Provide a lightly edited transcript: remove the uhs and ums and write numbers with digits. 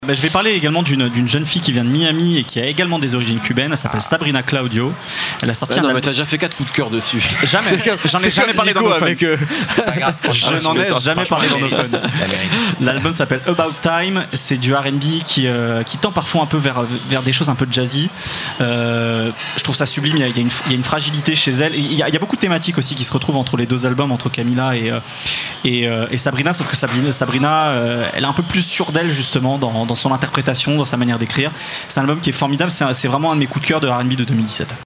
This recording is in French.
Je vais parler également d'une jeune fille qui vient de Miami et qui a également des origines cubaines. Elle s'appelle Sabrina Claudio. Elle a sorti non, mais t'as déjà fait 4 coups de cœur dessus. Jamais. J'en ai jamais parlé dans nos fun. C'est pas grave. Je n'en ai jamais parlé dans nos fun. L'album s'appelle About Time. C'est du R&B qui tend parfois un peu vers des choses un peu jazzy. Je trouve ça sublime. Il y a une fragilité chez elle. Il y a beaucoup de thématiques aussi qui se retrouvent entre les deux albums, entre Camila et Sabrina. Sauf que Sabrina, elle est un peu plus sûre d'elle justement dans son interprétation, dans sa manière d'écrire. C'est un album qui est formidable. C'est vraiment un de mes coups de cœur de R&B de 2017.